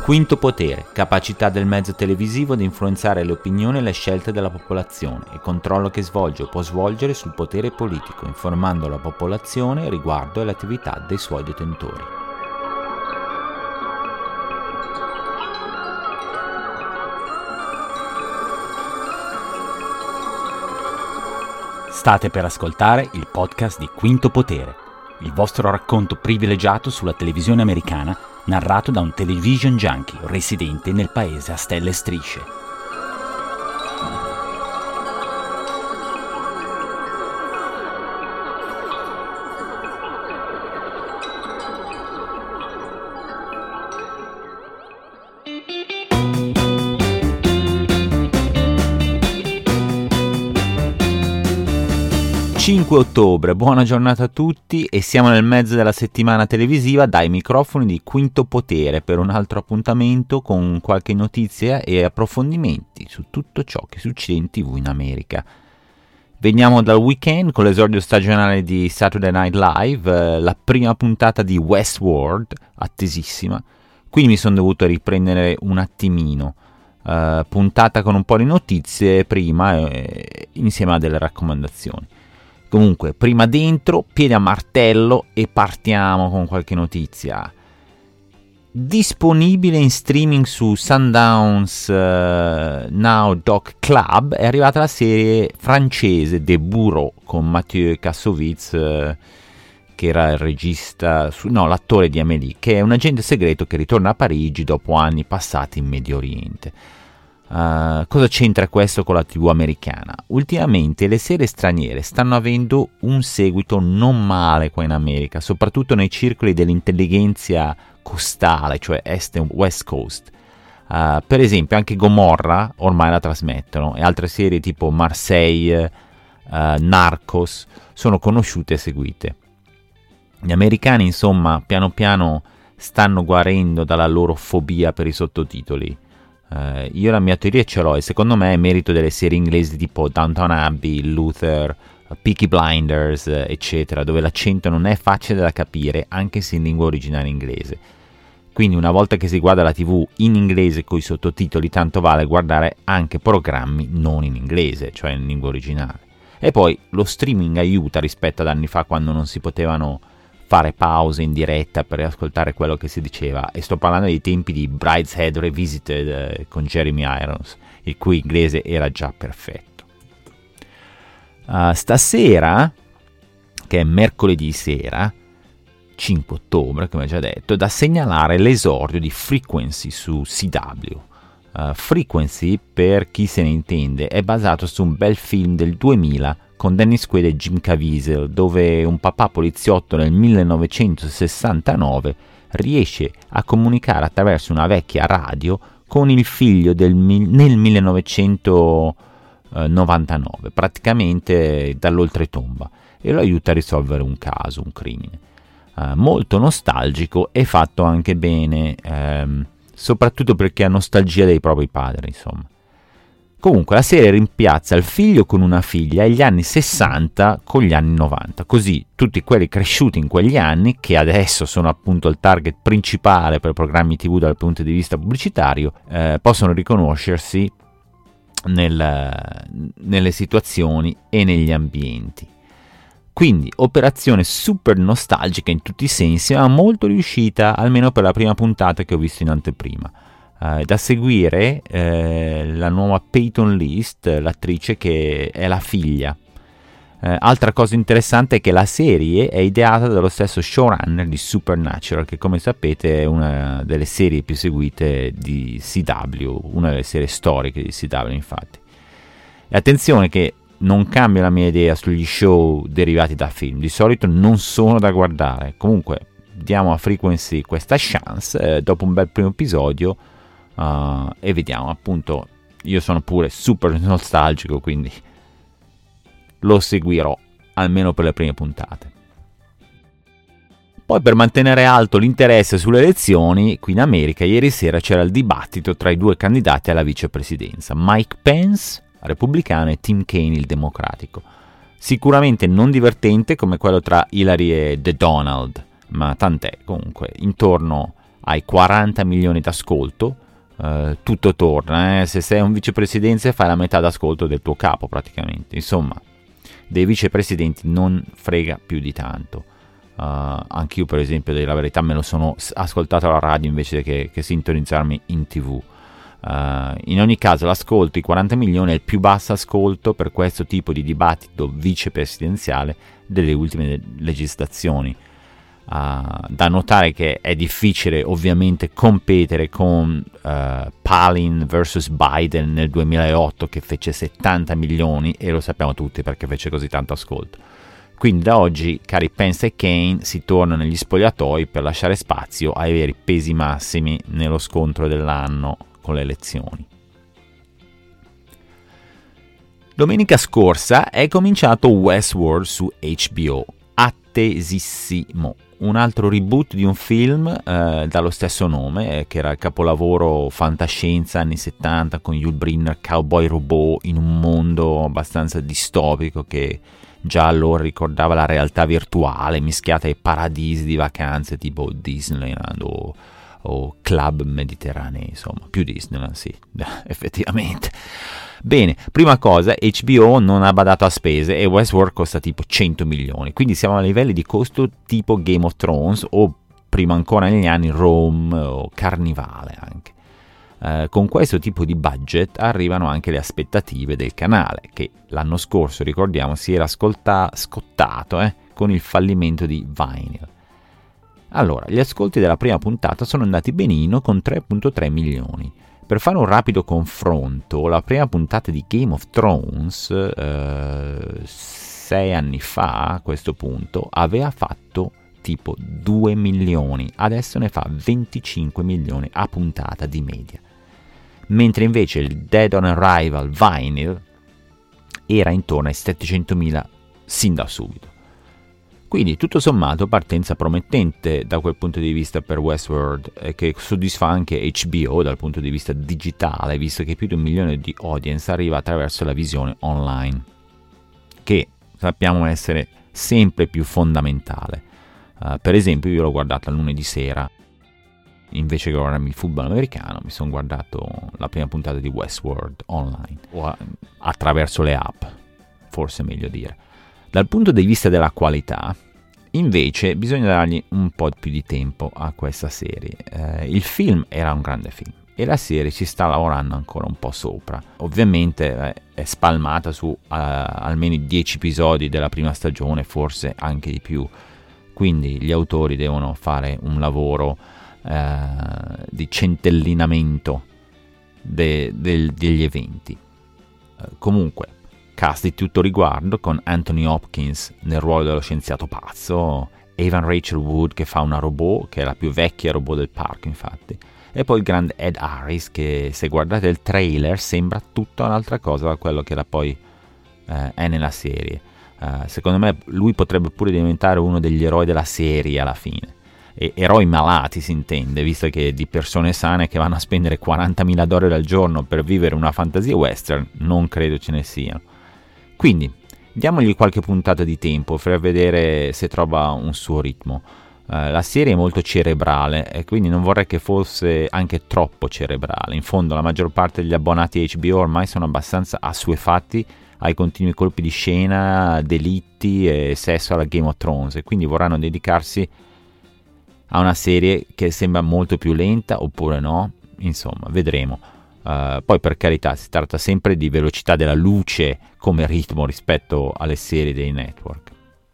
Quinto potere, capacità del mezzo televisivo di influenzare le opinioni e le scelte della popolazione e controllo che svolge o può svolgere sul potere politico, informando la popolazione riguardo alle attività dei suoi detentori. State per ascoltare il podcast di Quinto Potere, il vostro racconto privilegiato sulla televisione americana, narrato da un television junkie residente nel paese a stelle e strisce. Ottobre, buona giornata a tutti e siamo nel mezzo della settimana televisiva dai microfoni di Quinto Potere per un altro appuntamento con qualche notizia e approfondimenti su tutto ciò che succede in TV in America. Veniamo dal weekend con l'esordio stagionale di Saturday Night Live, la prima puntata di Westworld, attesissima, quindi mi sono dovuto riprendere un attimino, puntata con un po' di notizie prima insieme a delle raccomandazioni. Comunque, prima dentro, piede a martello e partiamo con qualche notizia. Disponibile in streaming su Sundance Now Doc Club è arrivata la serie francese The Bureau con Mathieu Kassovitz, che era il regista, l'attore di Amélie, che è un agente segreto che ritorna a Parigi dopo anni passati in Medio Oriente. Cosa c'entra questo con la TV americana? Ultimamente le serie straniere stanno avendo un seguito non male qua in America, soprattutto nei circoli dell'intelligenza costale, cioè Est e West Coast. Per esempio anche Gomorra ormai la trasmettono e altre serie tipo Marseille, Narcos sono conosciute e seguite. Gli americani insomma piano piano stanno guarendo dalla loro fobia per i sottotitoli. Io la mia teoria ce l'ho e secondo me è merito delle serie inglesi tipo Downton Abbey, Luther, Peaky Blinders, eccetera, dove l'accento non è facile da capire anche se in lingua originale inglese. Quindi una volta che si guarda la TV in inglese coi sottotitoli, tanto vale guardare anche programmi non in inglese, cioè in lingua originale. E poi lo streaming aiuta rispetto ad anni fa quando non si potevano fare pause in diretta per ascoltare quello che si diceva, e sto parlando dei tempi di Brideshead Revisited con Jeremy Irons, il cui inglese era già perfetto. Stasera, che è mercoledì sera, 5 ottobre, come già detto, da segnalare l'esordio di Frequency su CW. Frequency, per chi se ne intende, è basato su un bel film del 2000 con Dennis Quaid e Jim Caviezel, dove un papà poliziotto nel 1969 riesce a comunicare attraverso una vecchia radio con il figlio nel 1999, praticamente dall'oltretomba, e lo aiuta a risolvere un caso, un crimine. Molto nostalgico e fatto anche bene, soprattutto perché ha nostalgia dei propri padri, insomma. Comunque la serie rimpiazza il figlio con una figlia e gli anni 60 con gli anni 90, così tutti quelli cresciuti in quegli anni, che adesso sono appunto il target principale per programmi TV dal punto di vista pubblicitario, possono riconoscersi nelle situazioni e negli ambienti. Quindi operazione super nostalgica in tutti i sensi, ma molto riuscita, almeno per la prima puntata che ho visto in anteprima. Da seguire la nuova Peyton List, l'attrice che è la figlia. Altra cosa interessante è che la serie è ideata dallo stesso showrunner di Supernatural, che come sapete è una delle serie più seguite di CW, una delle serie storiche di CW infatti. E attenzione che non cambia la mia idea sugli show derivati da film, di solito non sono da guardare. Comunque diamo a Frequency questa chance dopo un bel primo episodio. E vediamo, appunto, io sono pure super nostalgico, quindi lo seguirò almeno per le prime puntate. Poi, per mantenere alto l'interesse sulle elezioni qui in America, ieri sera c'era il dibattito tra i due candidati alla vicepresidenza, Mike Pence, repubblicano, e Tim Kaine, il democratico. Sicuramente non divertente come quello tra Hillary e The Donald, ma tant'è. Comunque, intorno hai 40 milioni d'ascolto, tutto torna. Se sei un vicepresidente fai la metà d'ascolto del tuo capo praticamente. Insomma, dei vicepresidenti non frega più di tanto. Anch'io per esempio, della verità, me lo sono ascoltato alla radio invece che sintonizzarmi in TV. In ogni caso l'ascolto, i 40 milioni è il più basso ascolto per questo tipo di dibattito vicepresidenziale delle ultime legislazioni. Da notare che è difficile ovviamente competere con Palin vs Biden nel 2008, che fece 70 milioni, e lo sappiamo tutti perché fece così tanto ascolto. Quindi da oggi, cari Pence e Kaine, si torna negli spogliatoi per lasciare spazio ai veri pesi massimi nello scontro dell'anno con le elezioni. Domenica scorsa è cominciato Westworld su HBO, attesissimo, un altro reboot di un film dallo stesso nome, che era il capolavoro fantascienza anni 70 con Yul Brynner, cowboy robot in un mondo abbastanza distopico che già allora ricordava la realtà virtuale mischiata ai paradisi di vacanze tipo Disneyland o club mediterranei, insomma, più Disneyland, sì, effettivamente. Bene, prima cosa, HBO non ha badato a spese e Westworld costa tipo 100 milioni, quindi siamo a livelli di costo tipo Game of Thrones o prima ancora negli anni Rome o Carnivale anche. Con questo tipo di budget arrivano anche le aspettative del canale, che l'anno scorso, ricordiamo, si era scottato con il fallimento di Vinyl. Allora, gli ascolti della prima puntata sono andati benino con 3.3 milioni. Per fare un rapido confronto, la prima puntata di Game of Thrones, 6 anni fa a questo punto, aveva fatto tipo 2 milioni, adesso ne fa 25 milioni a puntata di media. Mentre invece il Dead on Arrival Vinyl era intorno ai 700.000 sin da subito. Quindi tutto sommato partenza promettente da quel punto di vista per Westworld, che soddisfa anche HBO dal punto di vista digitale, visto che più di 1 milione di audience arriva attraverso la visione online, che sappiamo essere sempre più fondamentale. Per esempio io l'ho guardata lunedì sera, invece che guardarmi il football americano mi sono guardato la prima puntata di Westworld online, o attraverso le app, forse è meglio dire. Dal punto di vista della qualità, invece, bisogna dargli un po' più di tempo a questa serie. Il film era un grande film e la serie ci sta lavorando ancora un po' sopra. Ovviamente è spalmata su almeno 10 episodi della prima stagione, forse anche di più. Quindi gli autori devono fare un lavoro di centellinamento degli eventi. Comunque, cast di tutto riguardo, con Anthony Hopkins nel ruolo dello scienziato pazzo, Evan Rachel Wood che fa una robot, che è la più vecchia robot del parco infatti, e poi il grande Ed Harris che, se guardate il trailer, sembra tutta un'altra cosa da quello che poi è nella serie. Secondo me lui potrebbe pure diventare uno degli eroi della serie alla fine. Eroi malati si intende, visto che di persone sane che vanno a spendere $40.000 al giorno per vivere una fantasia western non credo ce ne siano. Quindi diamogli qualche puntata di tempo per vedere se trova un suo ritmo. La serie è molto cerebrale e quindi non vorrei che fosse anche troppo cerebrale. In fondo la maggior parte degli abbonati HBO ormai sono abbastanza assuefatti ai continui colpi di scena, delitti e sesso alla Game of Thrones, e quindi vorranno dedicarsi a una serie che sembra molto più lenta oppure no, insomma vedremo. Poi per carità si tratta sempre di velocità della luce come ritmo rispetto alle serie dei network.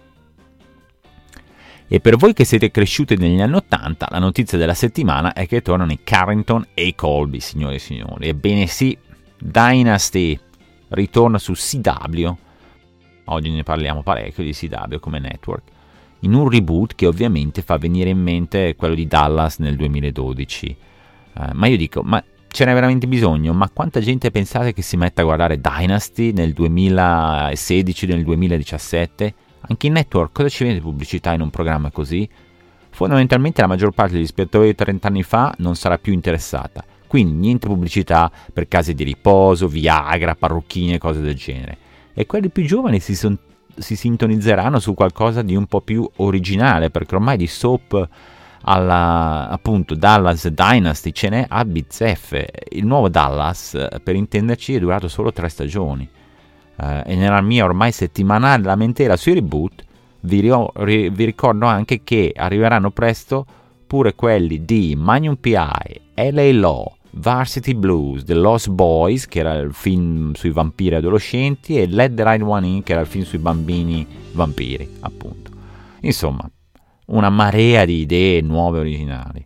E per voi che siete cresciuti negli anni 80, la notizia della settimana è che tornano i Carrington e i Colby, signore e signori. Ebbene sì, Dynasty ritorna su CW, oggi ne parliamo parecchio di CW come network, in un reboot che ovviamente fa venire in mente quello di Dallas nel 2012. Ma io dico, ma ce n'è veramente bisogno? Ma quanta gente pensate che si metta a guardare Dynasty nel 2016, nel 2017? Anche in network cosa ci viene di pubblicità in un programma così? Fondamentalmente la maggior parte degli spettatori di 30 anni fa non sarà più interessata, quindi niente pubblicità per case di riposo, Viagra, parrucchine e cose del genere. E quelli più giovani si sintonizzeranno su qualcosa di un po' più originale, perché ormai di soap appunto Dallas Dynasty ce n'è a bizzeffe. Il nuovo Dallas, per intenderci, è durato solo 3 stagioni, e nella mia ormai settimanale lamentela sui reboot vi ricordo anche che arriveranno presto pure quelli di Magnum P.I., L.A. Law, Varsity Blues, The Lost Boys, che era il film sui vampiri adolescenti, e Let the Right One In, che era il film sui bambini vampiri, appunto. Insomma, una marea di idee nuove e originali.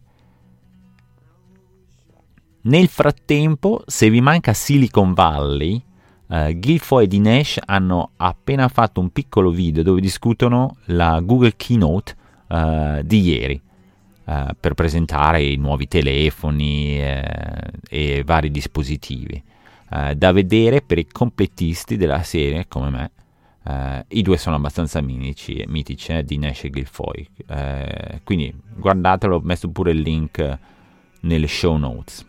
Nel frattempo, se vi manca Silicon Valley, Guilfoyle e Dinesh hanno appena fatto un piccolo video dove discutono la Google Keynote di ieri, per presentare i nuovi telefoni e vari dispositivi, da vedere per i completisti della serie come me. I due sono abbastanza mitici, Dinesh e Guilfoyle, quindi guardatelo, ho messo pure il link nelle show notes.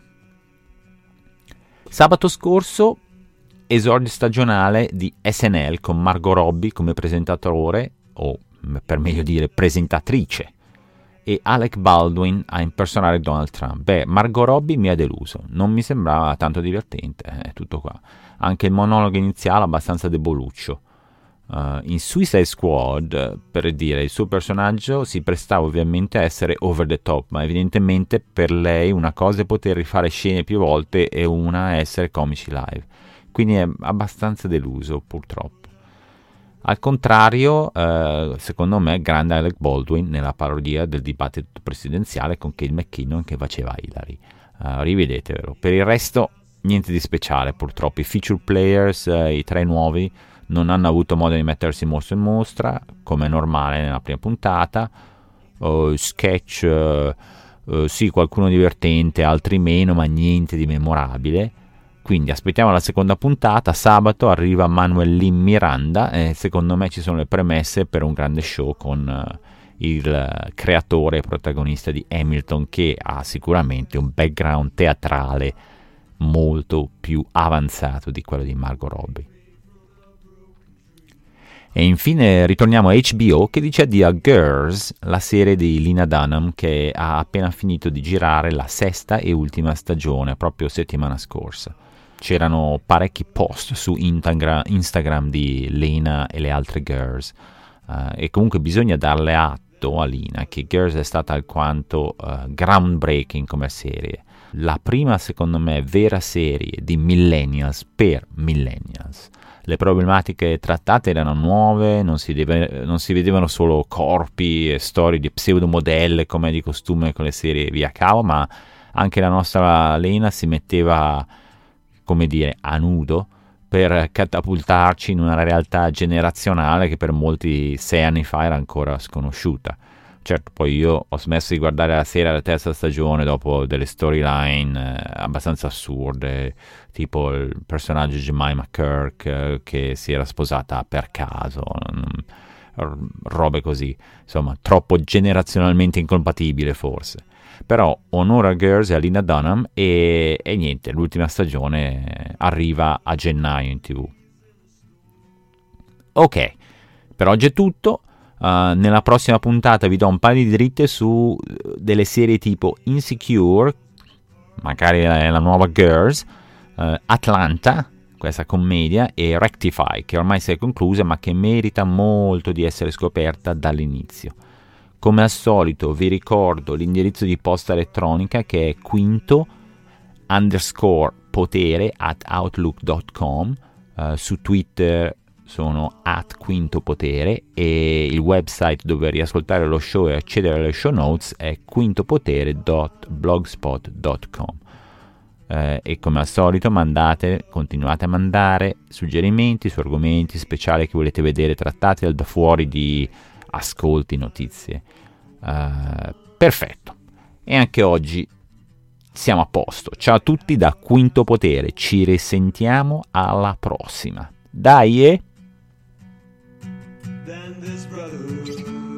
Sabato scorso esordio stagionale di SNL con Margot Robbie come presentatore, o per meglio dire presentatrice, e Alec Baldwin a impersonare Donald Trump. Margot Robbie mi ha deluso, non mi sembrava tanto divertente, tutto qua. Anche il monologo iniziale abbastanza deboluccio. In Suicide Squad, per dire, il suo personaggio si prestava ovviamente a essere over the top, ma evidentemente per lei una cosa è poter rifare scene più volte e una è essere comici live. Quindi è abbastanza deluso, purtroppo. Al contrario, secondo me, grande Alec Baldwin nella parodia del dibattito presidenziale con Kate McKinnon che faceva Hillary. Rivedetevelo. Per il resto, niente di speciale, purtroppo. I feature players, i 3 nuovi, non hanno avuto modo di mettersi in mostra, come è normale nella prima puntata. Sketch, sì, qualcuno divertente, altri meno, ma niente di memorabile. Quindi aspettiamo la seconda puntata. Sabato arriva Manuel Lin Miranda e secondo me ci sono le premesse per un grande show con il creatore e protagonista di Hamilton, che ha sicuramente un background teatrale molto più avanzato di quello di Margot Robbie. E infine ritorniamo a HBO, che dice addio a Girls, la serie di Lena Dunham, che ha appena finito di girare la 6ª e ultima stagione, proprio settimana scorsa. C'erano parecchi post su Instagram di Lena e le altre Girls, e comunque bisogna darle atto a Lena che Girls è stata alquanto groundbreaking come serie. La prima, secondo me, vera serie di millennials per millennials. Le problematiche trattate erano nuove, non si vedevano solo corpi e storie di pseudomodelle come di costume con le serie via cavo, ma anche la nostra Lena si metteva, come dire, a nudo per catapultarci in una realtà generazionale che per molti 6 anni fa era ancora sconosciuta. Certo, poi io ho smesso di guardare la serie alla 3ª stagione dopo delle storyline abbastanza assurde, tipo il personaggio Jemima Kirk che si era sposata per caso, robe così, insomma, troppo generazionalmente incompatibile forse. Però onore a Girls e a Lena Dunham e niente, l'ultima stagione arriva a gennaio in TV. Ok, per oggi è tutto. Nella prossima puntata vi do un paio di dritte su delle serie tipo Insecure, magari la nuova Girls, Atlanta, questa commedia, e Rectify, che ormai si è conclusa ma che merita molto di essere scoperta dall'inizio. Come al solito vi ricordo l'indirizzo di posta elettronica, che è quinto_potere@outlook.com, su Twitter sono @quintopotere e il website dove riascoltare lo show e accedere alle show notes è quintopotere.blogspot.com. E come al solito continuate a mandare suggerimenti su argomenti speciali che volete vedere trattati al da fuori di ascolti, notizie. Perfetto, e anche oggi siamo a posto. Ciao a tutti da Quinto Potere, ci risentiamo alla prossima. Dai!